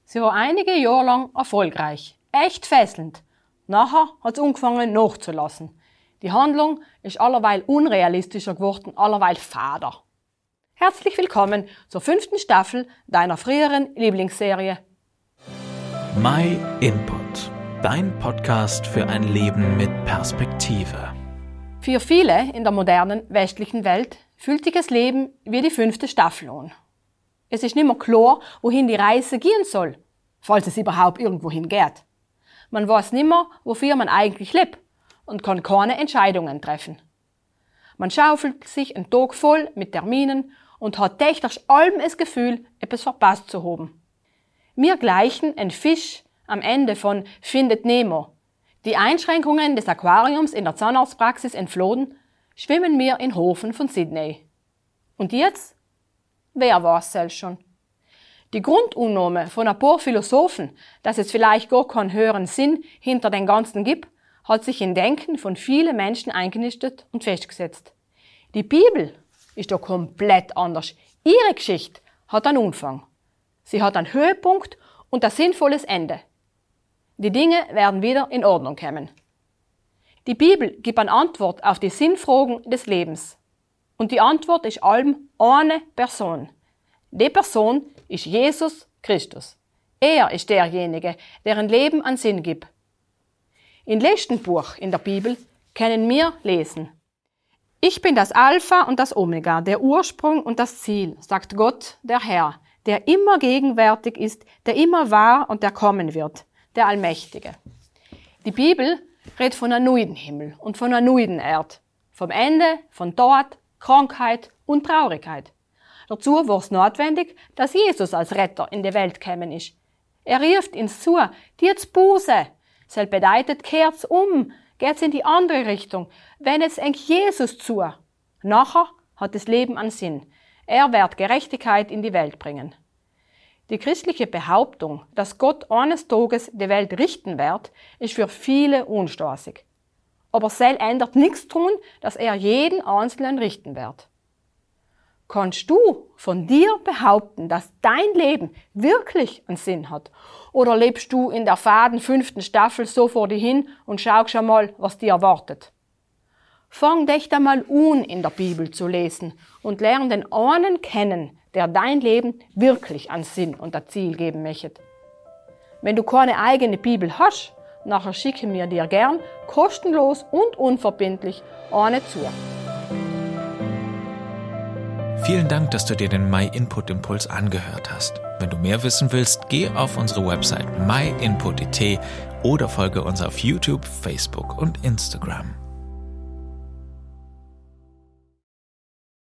Sie war einige Jahre lang erfolgreich, echt fesselnd. Nachher hat es angefangen nachzulassen. Die Handlung ist allerweil unrealistischer geworden, allerweil fader. Herzlich willkommen zur 5. Staffel deiner früheren Lieblingsserie. My Input, dein Podcast für ein Leben mit Perspektive. Für viele in der modernen westlichen Welt fühlt sich das Leben wie die 5. Staffel an. Es ist nicht mehr klar, wohin die Reise gehen soll, falls es überhaupt irgendwohin geht. Man weiß nicht mehr, wofür man eigentlich lebt und kann keine Entscheidungen treffen. Man schaufelt sich einen Tag voll mit Terminen und hat täglich allem das Gefühl, etwas verpasst zu haben. Wir gleichen ein Fisch am Ende von Findet Nemo. Die Einschränkungen des Aquariums in der Zahnarztpraxis entflohen, schwimmen wir in Hofen von Sydney. Und jetzt? Wer weiß es schon? Die Grundannahme von ein paar Philosophen, dass es vielleicht gar keinen höheren Sinn hinter den Ganzen gibt, hat sich im Denken von vielen Menschen eingenistet und festgesetzt. Die Bibel ist doch komplett anders. Ihre Geschichte hat einen Anfang. Sie hat einen Höhepunkt und ein sinnvolles Ende. Die Dinge werden wieder in Ordnung kommen. Die Bibel gibt eine Antwort auf die Sinnfragen des Lebens. Und die Antwort ist allem eine Person. Die Person ist Jesus Christus. Er ist derjenige, der ein Leben an Sinn gibt. Im letzten Buch in der Bibel können wir lesen: Ich bin das Alpha und das Omega, der Ursprung und das Ziel, sagt Gott, der Herr, der immer gegenwärtig ist, der immer war und der kommen wird, der Allmächtige. Die Bibel redet von einem neuen Himmel und von einer neuen Erde, vom Ende, von Tod, Krankheit und Traurigkeit. Dazu war es notwendig, dass Jesus als Retter in die Welt gekommen ist. Er rief uns zu, tut Buße. Das bedeutet, kehrt's um, geht's in die andere Richtung, wendet es Jesus zu. Nachher hat das Leben einen Sinn. Er wird Gerechtigkeit in die Welt bringen. Die christliche Behauptung, dass Gott eines Tages die Welt richten wird, ist für viele unstoßig. Aber es ändert nichts tun, dass er jeden Einzelnen richten wird. Kannst du von dir behaupten, dass dein Leben wirklich einen Sinn hat? Oder lebst du in der faden 5. Staffel so vor dir hin und schaust schon mal, was dir erwartet? Fang dich da mal an, in der Bibel zu lesen und lern den einen kennen, der dein Leben wirklich einen Sinn und ein Ziel geben möchte. Wenn du keine eigene Bibel hast, nachher schicken wir dir gern kostenlos und unverbindlich eine zu. Vielen Dank, dass du dir den My Input Impuls angehört hast. Wenn du mehr wissen willst, geh auf unsere Website myinput.it oder folge uns auf YouTube, Facebook und Instagram.